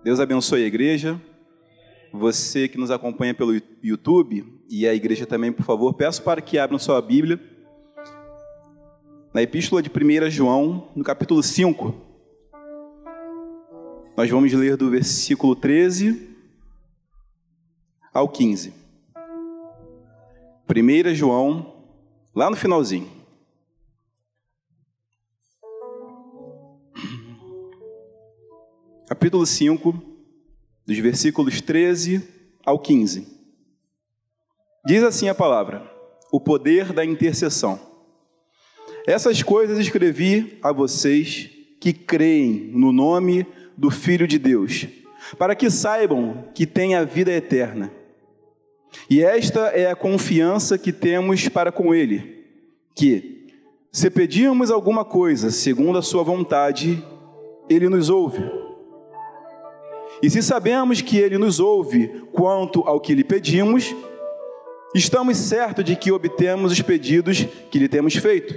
Deus abençoe a igreja. Você que nos acompanha pelo YouTube e a igreja também, por favor, peço para que abram sua Bíblia na Epístola de 1 João, no capítulo 5. Nós vamos ler do versículo 13 ao 15. 1 João, lá no finalzinho. Capítulo 5, dos versículos 13 ao 15. Diz assim a palavra: o poder da intercessão. Essas coisas escrevi a vocês que creem no nome do Filho de Deus, para que saibam que têm a vida eterna. E esta é a confiança que temos para com Ele, que, se pedirmos alguma coisa segundo a sua vontade, Ele nos ouve. E se sabemos que Ele nos ouve quanto ao que lhe pedimos, estamos certos de que obtemos os pedidos que lhe temos feito.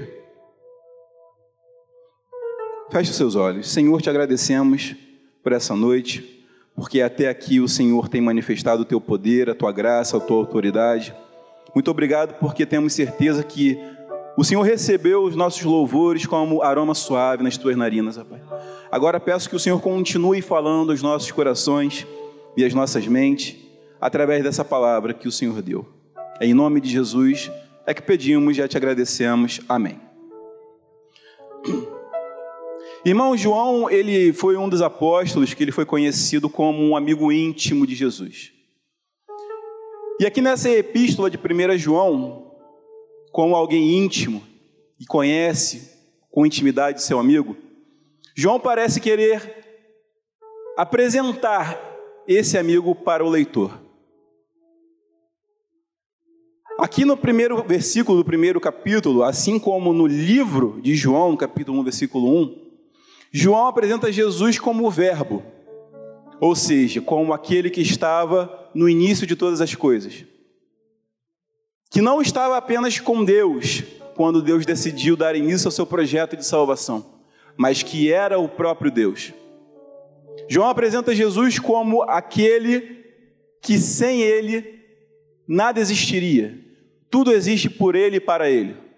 Feche os seus olhos. Senhor, te agradecemos por essa noite, porque até aqui o Senhor tem manifestado o teu poder, a tua graça, a tua autoridade. Muito obrigado, porque temos certeza que o Senhor recebeu os nossos louvores como aroma suave nas tuas narinas, Pai. Agora peço que o Senhor continue falando aos nossos corações e às nossas mentes, através dessa palavra que o Senhor deu. Em nome de Jesus é que pedimos e já te agradecemos. Amém. Irmão, João, ele foi um dos apóstolos que ele foi conhecido como um amigo íntimo de Jesus. E aqui nessa epístola de 1 João, como alguém íntimo e conhece com intimidade seu amigo, João parece querer apresentar esse amigo para o leitor. Aqui no primeiro versículo do primeiro capítulo, assim como no livro de João, capítulo 1, versículo 1, João apresenta Jesus como o Verbo, ou seja, como aquele que estava no início de todas as coisas, que não estava apenas com Deus, quando Deus decidiu dar início ao seu projeto de salvação, mas que era o próprio Deus. João apresenta Jesus como aquele que sem Ele nada existiria, tudo existe por Ele e para Ele.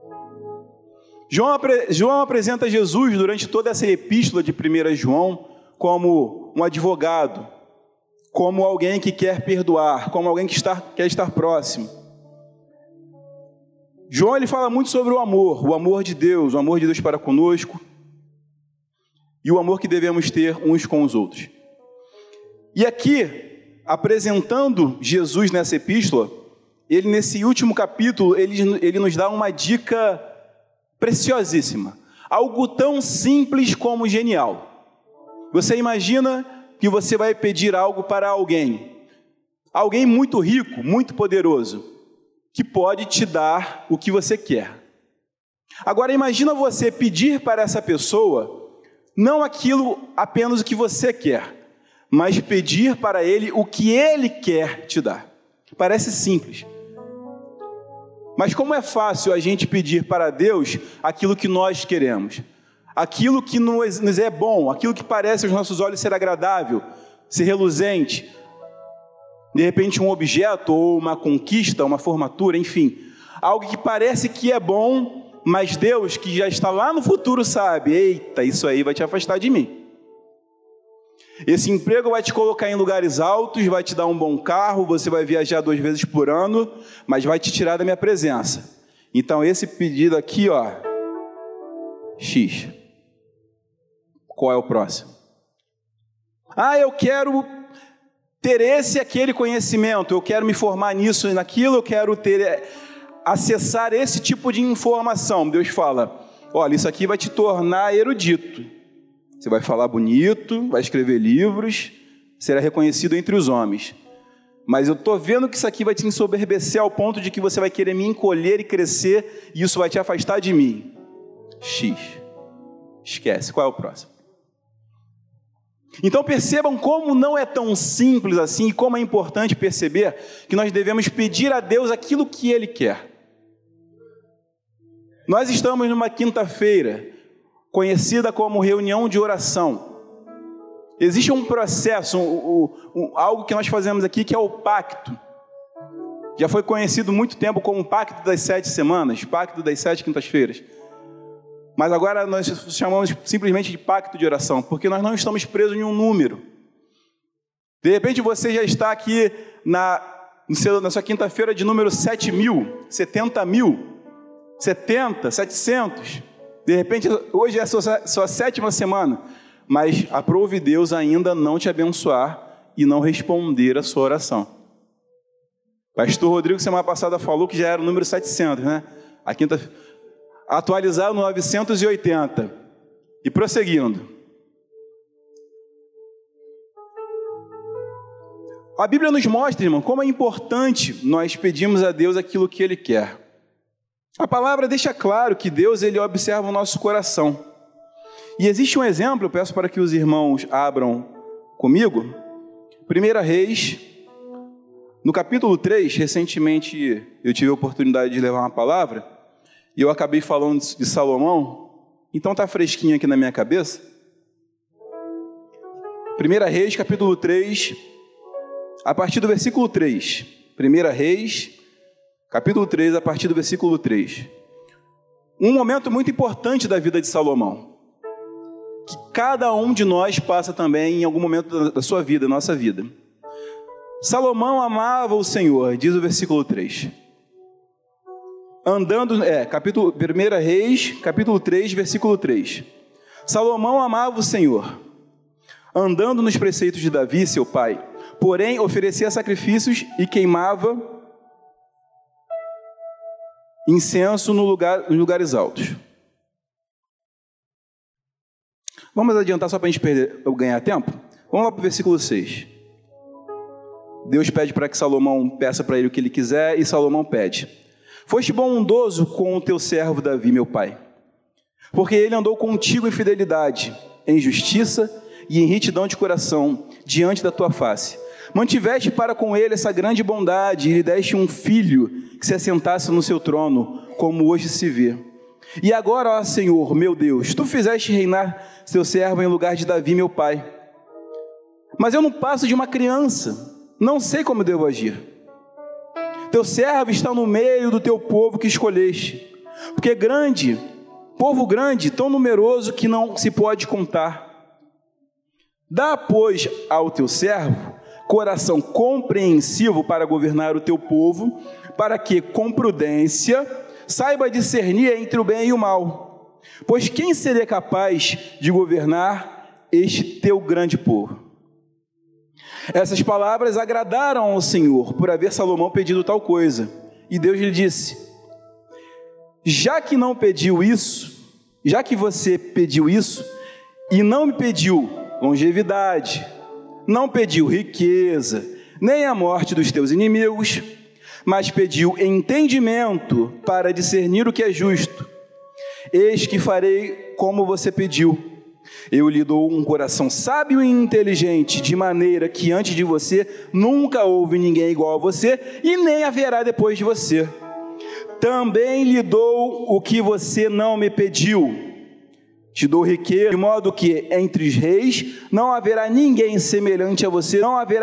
João apresenta Jesus durante toda essa epístola de 1 João como um advogado, como alguém que quer perdoar, como alguém que quer estar próximo. João ele fala muito sobre o amor de Deus, o amor de Deus para conosco e o amor que devemos ter uns com os outros. E aqui, apresentando Jesus nessa epístola, ele nesse último capítulo, ele nos dá uma dica preciosíssima, algo tão simples como genial. Você imagina que você vai pedir algo para alguém muito rico, muito poderoso, que pode te dar o que você quer. Agora imagina você pedir para essa pessoa, não aquilo apenas o que você quer, mas pedir para ele o que ele quer te dar. Parece simples. Mas como é fácil a gente pedir para Deus aquilo que nós queremos, aquilo que nos é bom, aquilo que parece aos nossos olhos ser agradável, ser reluzente, de repente um objeto ou uma conquista, uma formatura, enfim, algo que parece que é bom, mas Deus que já está lá no futuro sabe, eita, isso aí vai te afastar de mim. Esse emprego vai te colocar em lugares altos, vai te dar um bom carro, você vai viajar 2 vezes por ano, mas vai te tirar da minha presença. Então esse pedido aqui, ó, X. Qual é o próximo? Eu quero ter esse e aquele conhecimento, eu quero me formar nisso e naquilo, eu quero acessar esse tipo de informação. Deus fala, olha, isso aqui vai te tornar erudito. Você vai falar bonito, vai escrever livros, será reconhecido entre os homens. Mas eu estou vendo que isso aqui vai te ensoberbecer ao ponto de que você vai querer me encolher e crescer, e isso vai te afastar de mim. X. Esquece. Qual é o próximo? Então percebam como não é tão simples assim, e como é importante perceber que nós devemos pedir a Deus aquilo que Ele quer. Nós estamos numa quinta-feira, conhecida como reunião de oração. Existe um processo, algo que nós fazemos aqui, que é o pacto. Já foi conhecido muito tempo como o Pacto das 7 Semanas, Pacto das 7 Quintas-feiras. Mas agora nós chamamos simplesmente de Pacto de Oração, porque nós não estamos presos em um número. De repente você já está aqui na sua quinta-feira de número 7.000, 70.000, 70, 700. De repente hoje é a sua 7ª semana. Mas aprove Deus ainda não te abençoar e não responder a sua oração. Pastor Rodrigo, semana passada, falou que já era o número 700, né? A quinta, atualizado no 980. E prosseguindo. A Bíblia nos mostra, irmão, como é importante nós pedirmos a Deus aquilo que Ele quer. A palavra deixa claro que Deus, Ele observa o nosso coração. E existe um exemplo, eu peço para que os irmãos abram comigo. 1 Reis, no capítulo 3, recentemente eu tive a oportunidade de levar uma palavra, e eu acabei falando de Salomão, então está fresquinho aqui na minha cabeça. 1 Reis, capítulo 3, a partir do versículo 3. 1 Reis, capítulo 3, a partir do versículo 3. Um momento muito importante da vida de Salomão, que cada um de nós passa também em algum momento da sua vida, nossa vida. Salomão amava o Senhor, diz o versículo 3. Andando, 1 Reis, capítulo 3, versículo 3. Salomão amava o Senhor, andando nos preceitos de Davi, seu pai, porém oferecia sacrifícios e queimava incenso nos lugares altos. Vamos adiantar só para a gente ganhar tempo? Vamos lá para o versículo 6. Deus pede para que Salomão peça para ele o que ele quiser, e Salomão pede: foste bondoso com o teu servo Davi, meu pai, porque ele andou contigo em fidelidade, em justiça e em retidão de coração, diante da tua face. Mantiveste para com ele essa grande bondade, e lhe deste um filho que se assentasse no seu trono, como hoje se vê. E agora, ó Senhor, meu Deus, tu fizeste reinar seu servo em lugar de Davi, meu pai. Mas eu não passo de uma criança, não sei como devo agir. Teu servo está no meio do teu povo que escolheste, porque grande, povo grande, tão numeroso que não se pode contar. Dá, pois, ao teu servo coração compreensivo para governar o teu povo, para que, com prudência, saiba discernir entre o bem e o mal. Pois quem seria capaz de governar este teu grande povo? Essas palavras agradaram ao Senhor, por haver Salomão pedido tal coisa. E Deus lhe disse: já que você pediu isso, e não me pediu longevidade, não pediu riqueza, nem a morte dos teus inimigos, mas pediu entendimento para discernir o que é justo, eis que farei como você pediu. Eu lhe dou um coração sábio e inteligente, de maneira que antes de você nunca houve ninguém igual a você, e nem haverá depois de você. Também lhe dou o que você não me pediu. Te dou riqueza, de modo que entre os reis não haverá ninguém semelhante a você,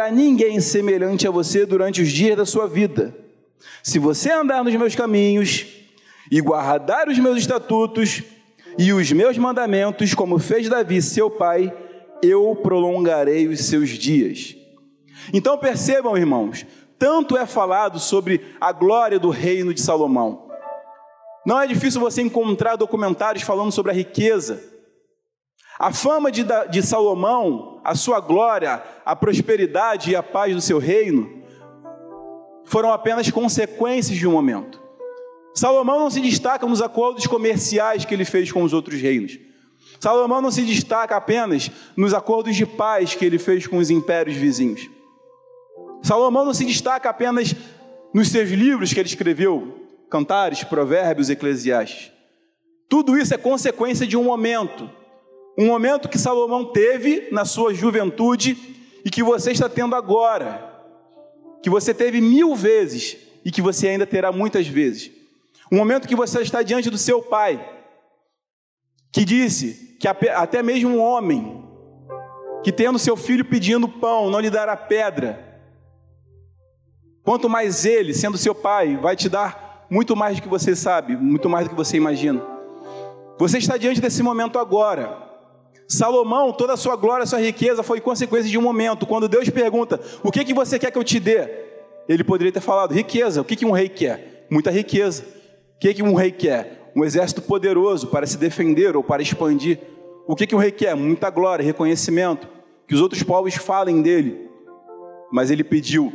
durante os dias da sua vida. Se você andar nos meus caminhos e guardar os meus estatutos e os meus mandamentos, como fez Davi, seu pai, eu prolongarei os seus dias. Então percebam, irmãos, tanto é falado sobre a glória do reino de Salomão. Não é difícil você encontrar documentários falando sobre a riqueza. A fama de Salomão, a sua glória, a prosperidade e a paz do seu reino foram apenas consequências de um momento. Salomão não se destaca nos acordos comerciais que ele fez com os outros reinos. Salomão não se destaca apenas nos acordos de paz que ele fez com os impérios vizinhos. Salomão não se destaca apenas nos seus livros que ele escreveu, Cantares, Provérbios, Eclesiastes. Tudo isso é consequência de um momento que Salomão teve na sua juventude e que você está tendo agora, que você teve 1000 vezes e que você ainda terá muitas vezes. Um momento que você está diante do seu pai, que disse que até mesmo um homem que tendo seu filho pedindo pão, não lhe dará pedra, quanto mais ele, sendo seu pai, vai te dar muito mais do que você sabe, muito mais do que você imagina. Você está diante desse momento agora. Salomão, toda a sua glória, a sua riqueza foi consequência de um momento. Quando Deus pergunta, o que você quer que eu te dê? Ele poderia ter falado, riqueza. O que um rei quer? Muita riqueza. O que um rei quer? Um exército poderoso para se defender ou para expandir. O que um rei quer? Muita glória, reconhecimento. Que os outros povos falem dele. Mas ele pediu.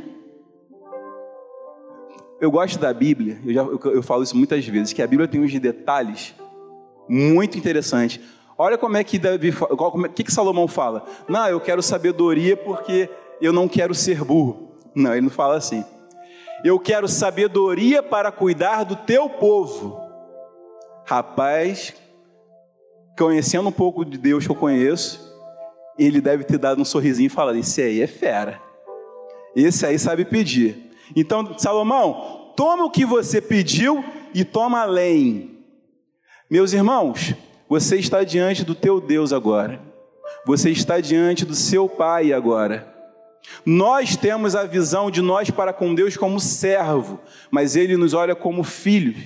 Eu gosto da Bíblia, eu falo isso muitas vezes, que a Bíblia tem uns detalhes muito interessantes. Olha como é que o que Salomão fala. Não, eu quero sabedoria porque eu não quero ser burro. Não, ele não fala assim. Eu quero sabedoria para cuidar do teu povo. Rapaz, conhecendo um pouco de Deus que eu conheço, ele deve ter dado um sorrisinho e falado, esse aí é fera. Esse aí sabe pedir. Então, Salomão, toma o que você pediu e toma além. Meus irmãos, você está diante do teu Deus agora. Você está diante do seu Pai agora. Nós temos a visão de nós para com Deus como servo, mas Ele nos olha como filhos.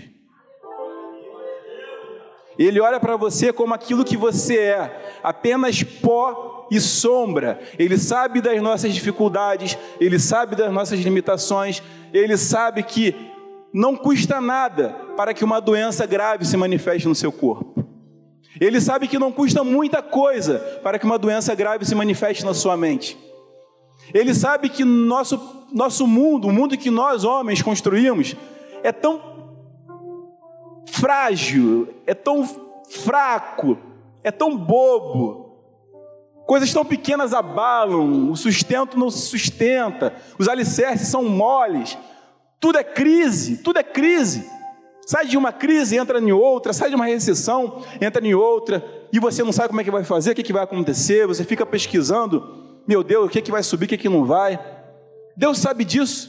Ele olha para você como aquilo que você é, apenas pó e sombra. Ele sabe das nossas dificuldades, Ele sabe das nossas limitações, Ele sabe que não custa nada para que uma doença grave se manifeste no seu corpo. Ele sabe que não custa muita coisa para que uma doença grave se manifeste na sua mente. Ele sabe que nosso mundo, o mundo que nós homens construímos, é tão frágil, é tão fraco, é tão bobo. Coisas tão pequenas abalam, o sustento não se sustenta, os alicerces são moles. Tudo é crise, tudo é crise. Sai de uma crise, entra em outra, sai de uma recessão, entra em outra, e você não sabe como é que vai fazer, o que vai acontecer, você fica pesquisando, meu Deus, o que vai subir, o que não vai. Deus sabe disso.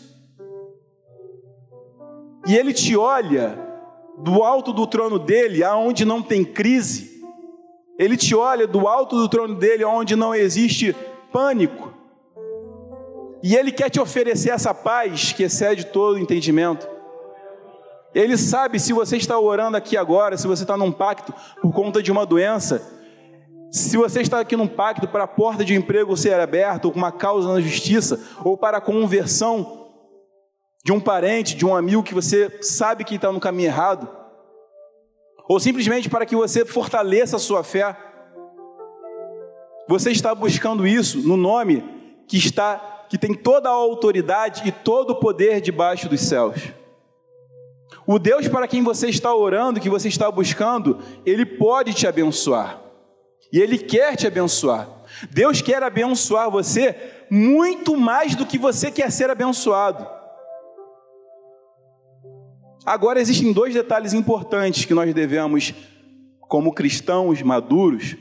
E Ele te olha do alto do trono dEle, aonde não tem crise. Ele te olha do alto do trono dEle, onde não existe pânico. E Ele quer te oferecer essa paz que excede todo entendimento. Ele sabe se você está orando aqui agora, se você está num pacto por conta de uma doença, se você está aqui num pacto para a porta de um emprego ser aberta, ou com uma causa na justiça, ou para a conversão de um parente, de um amigo que você sabe que está no caminho errado, ou simplesmente para que você fortaleça a sua fé, você está buscando isso no nome que tem toda a autoridade e todo o poder debaixo dos céus. O Deus para quem você está orando, que você está buscando, Ele pode te abençoar. E Ele quer te abençoar. Deus quer abençoar você muito mais do que você quer ser abençoado. Agora existem dois detalhes importantes que nós devemos, como cristãos maduros,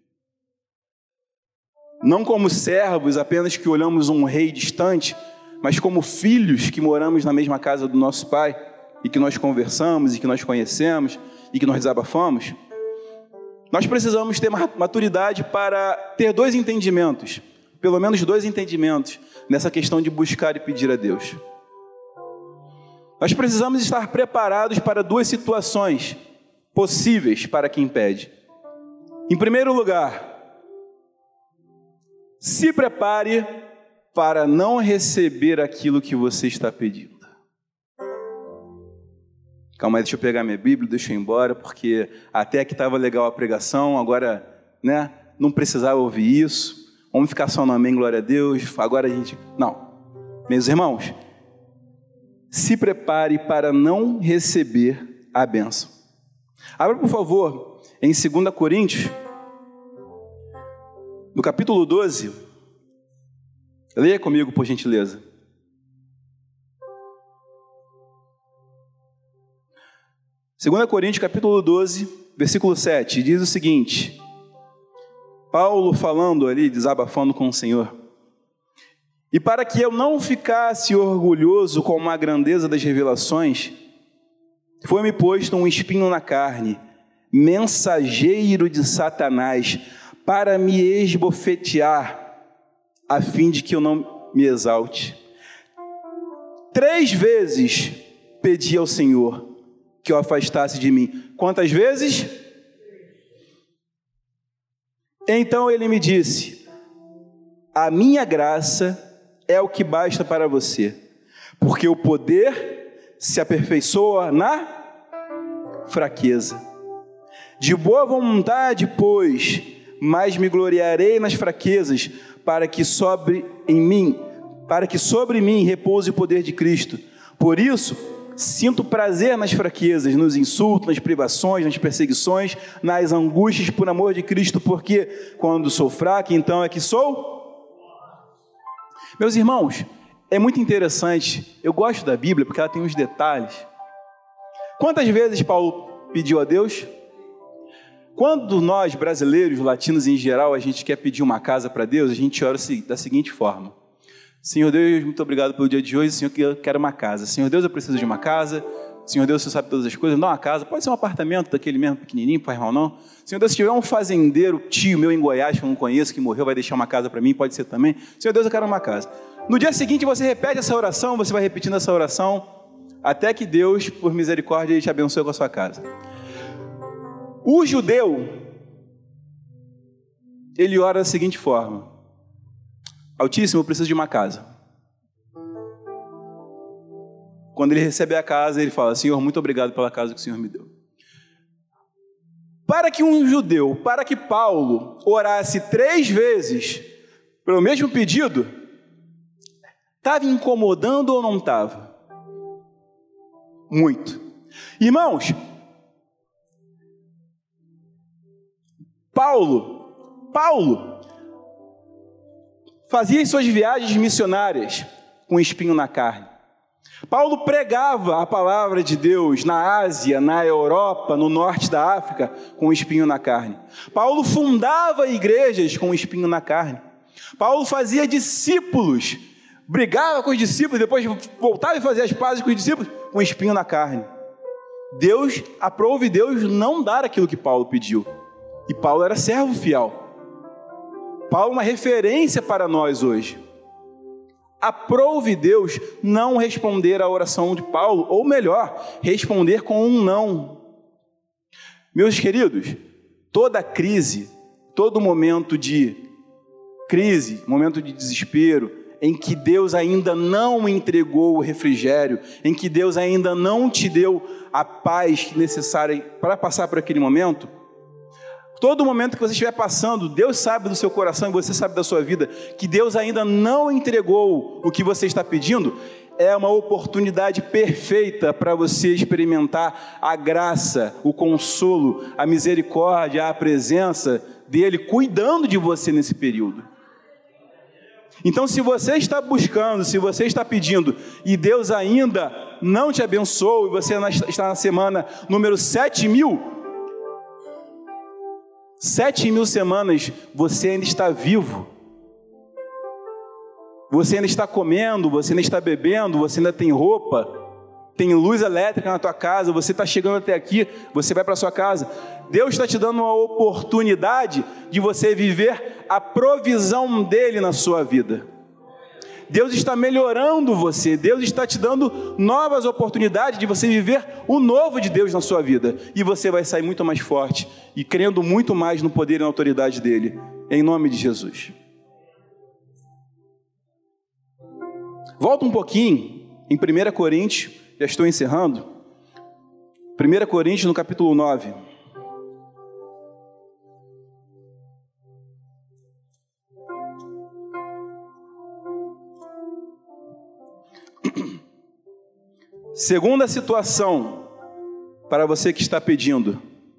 não como servos apenas que olhamos um rei distante, mas como filhos que moramos na mesma casa do nosso Pai, e que nós conversamos, e que nós conhecemos, e que nós desabafamos. Nós precisamos ter maturidade para ter dois entendimentos, pelo menos dois entendimentos, nessa questão de buscar e pedir a Deus. Nós precisamos estar preparados para duas situações possíveis para quem pede. Em primeiro lugar, se prepare para não receber aquilo que você está pedindo. Calma aí, deixa eu pegar minha Bíblia, deixa eu ir embora, porque até aqui estava legal a pregação, agora, não precisava ouvir isso. Vamos ficar só no amém, glória a Deus. Agora a gente... Não. Meus irmãos, se prepare para não receber a bênção. Abra, por favor, em 2 Coríntios, no capítulo 12. Leia comigo, por gentileza. 2 Coríntios, capítulo 12, versículo 7, diz o seguinte: Paulo falando ali, desabafando com o Senhor: e para que eu não ficasse orgulhoso com a grandeza das revelações, foi-me posto um espinho na carne, mensageiro de Satanás, para me esbofetear, a fim de que eu não me exalte. 3 vezes pedi ao Senhor que o afastasse de mim. Quantas vezes? Então ele me disse: a minha graça é o que basta para você, porque o poder se aperfeiçoa na fraqueza. De boa vontade, pois, mas me gloriarei nas fraquezas, para que sobre mim repouse o poder de Cristo. Por isso, sinto prazer nas fraquezas, nos insultos, nas privações, nas perseguições, nas angústias por amor de Cristo, porque quando sou fraco, então é que sou. Meus irmãos, é muito interessante, eu gosto da Bíblia porque ela tem uns detalhes. Quantas vezes Paulo pediu a Deus? Quando nós, brasileiros, latinos em geral, a gente quer pedir uma casa para Deus, a gente ora da seguinte forma: Senhor Deus, muito obrigado pelo dia de hoje. Senhor, eu quero uma casa. Senhor Deus, eu preciso de uma casa. Senhor Deus, você sabe todas as coisas, me dá uma casa. Pode ser um apartamento daquele mesmo pequenininho, não faz mal não. Senhor Deus, se tiver um fazendeiro, tio meu em Goiás, que eu não conheço, que morreu, vai deixar uma casa para mim, pode ser também. Senhor Deus, eu quero uma casa. No dia seguinte você repete essa oração, você vai repetindo essa oração, até que Deus, por misericórdia, te abençoe com a sua casa. O judeu, ele ora da seguinte forma: Altíssimo, eu preciso de uma casa. Quando ele recebe a casa, ele fala: Senhor, muito obrigado pela casa que o Senhor me deu. Para que Paulo orasse 3 vezes pelo mesmo pedido, estava incomodando ou não estava? Muito. Irmãos, Paulo fazia as suas viagens missionárias com espinho na carne. Paulo pregava a palavra de Deus na Ásia, na Europa, no norte da África, com espinho na carne. Paulo fundava igrejas com espinho na carne. Paulo fazia discípulos, brigava com os discípulos, depois voltava e fazia as pazes com os discípulos com espinho na carne. Deus aprove Deus não dar aquilo que Paulo pediu. E Paulo era servo fiel. Paulo é uma referência para nós hoje. Aprove Deus não responder à oração de Paulo, ou melhor, responder com um não. Meus queridos, toda crise, todo momento de crise, momento de desespero, em que Deus ainda não entregou o refrigério, em que Deus ainda não te deu a paz necessária para passar por aquele momento, todo momento que você estiver passando, Deus sabe do seu coração e você sabe da sua vida, que Deus ainda não entregou o que você está pedindo, é uma oportunidade perfeita para você experimentar a graça, o consolo, a misericórdia, a presença dEle cuidando de você nesse período. Então, se você está buscando, se você está pedindo e Deus ainda não te abençoou e você está na semana número 7.000, 7.000 semanas, você ainda está vivo, você ainda está comendo, você ainda está bebendo, você ainda tem roupa, tem luz elétrica na tua casa, você está chegando até aqui, você vai para a sua casa. Deus está te dando uma oportunidade de você viver a provisão dEle na sua vida. Deus está melhorando você, Deus está te dando novas oportunidades de você viver o novo de Deus na sua vida. E você vai sair muito mais forte e crendo muito mais no poder e na autoridade dEle, em nome de Jesus. Volta um pouquinho em 1 Coríntios, já estou encerrando. 1 Coríntios no capítulo 9. Segunda situação para você que está pedindo: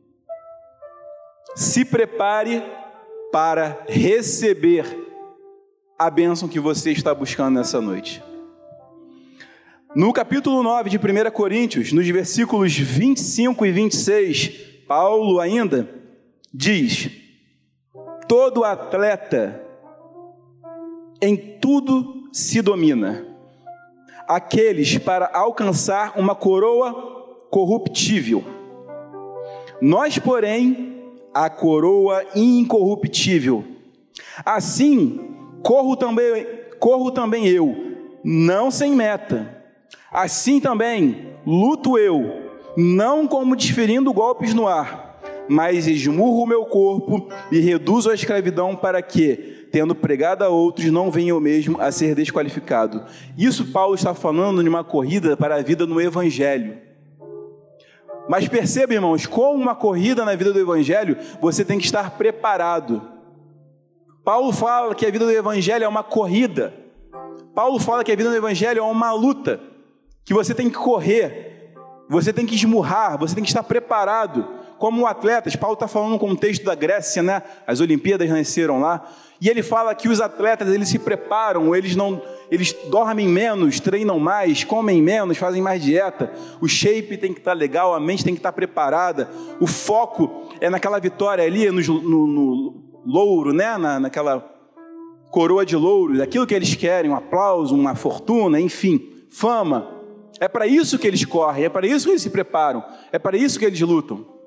se prepare para receber a bênção que você está buscando nessa noite. No capítulo 9 de 1 Coríntios, nos versículos 25 e 26, Paulo ainda diz: todo atleta em tudo se domina, aqueles para alcançar uma coroa corruptível. Nós, porém, a coroa incorruptível. Assim corro também eu, não sem meta. Assim também luto eu, não como desferindo golpes no ar, mas esmurro o meu corpo e reduzo a escravidão para que, tendo pregado a outros, não venha eu mesmo a ser desqualificado. Isso Paulo está falando de uma corrida para a vida no Evangelho. Mas perceba, irmãos, como uma corrida na vida do Evangelho, você tem que estar preparado. Paulo fala que a vida do Evangelho é uma corrida. Paulo fala que a vida do Evangelho é uma luta, que você tem que correr, você tem que esmurrar, você tem que estar preparado. Como um atleta, Paulo está falando no contexto da Grécia, né? As Olimpíadas nasceram lá, e ele fala que os atletas, eles se preparam, eles dormem menos, treinam mais, comem menos, fazem mais dieta, o shape tem que estar legal, a mente tem que estar preparada, o foco é naquela vitória ali, no louro, né? Naquela coroa de louro, daquilo que eles querem, um aplauso, uma fortuna, enfim, fama. É para isso que eles correm, é para isso que eles se preparam, é para isso que eles lutam.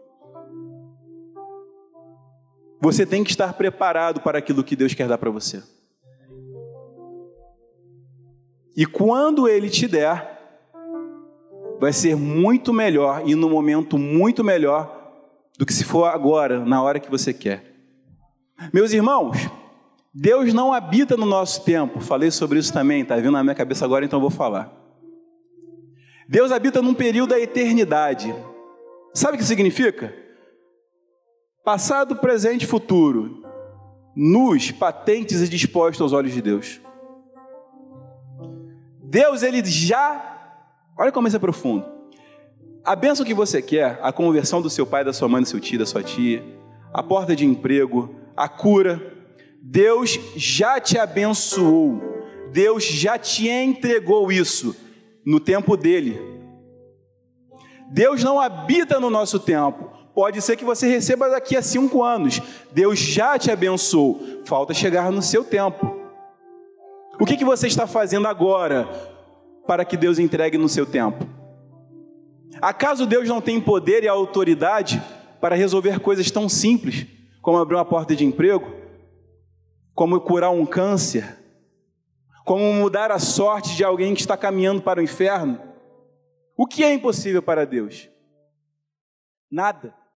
Você tem que estar preparado para aquilo que Deus quer dar para você. E quando Ele te der, vai ser muito melhor e no momento muito melhor do que se for agora, na hora que você quer. Meus irmãos, Deus não habita no nosso tempo. Falei sobre isso também, está vindo na minha cabeça agora, então vou falar. Deus habita num período da eternidade. Sabe o que significa? Passado, presente e futuro, nus, patentes e dispostos aos olhos de Deus. Deus, Ele já... Olha como isso é profundo. A bênção que você quer, a conversão do seu pai, da sua mãe, do seu tio, da sua tia, a porta de emprego, a cura, Deus já te abençoou. Deus já te entregou isso no tempo dele. Deus não habita no nosso tempo. Pode ser que você receba daqui a 5 anos. Deus já te abençoou. Falta chegar no seu tempo. O que você está fazendo agora para que Deus entregue no seu tempo? Acaso Deus não tem poder e autoridade para resolver coisas tão simples como abrir uma porta de emprego, como curar um câncer, como mudar a sorte de alguém que está caminhando para o inferno? O que é impossível para Deus? Nada.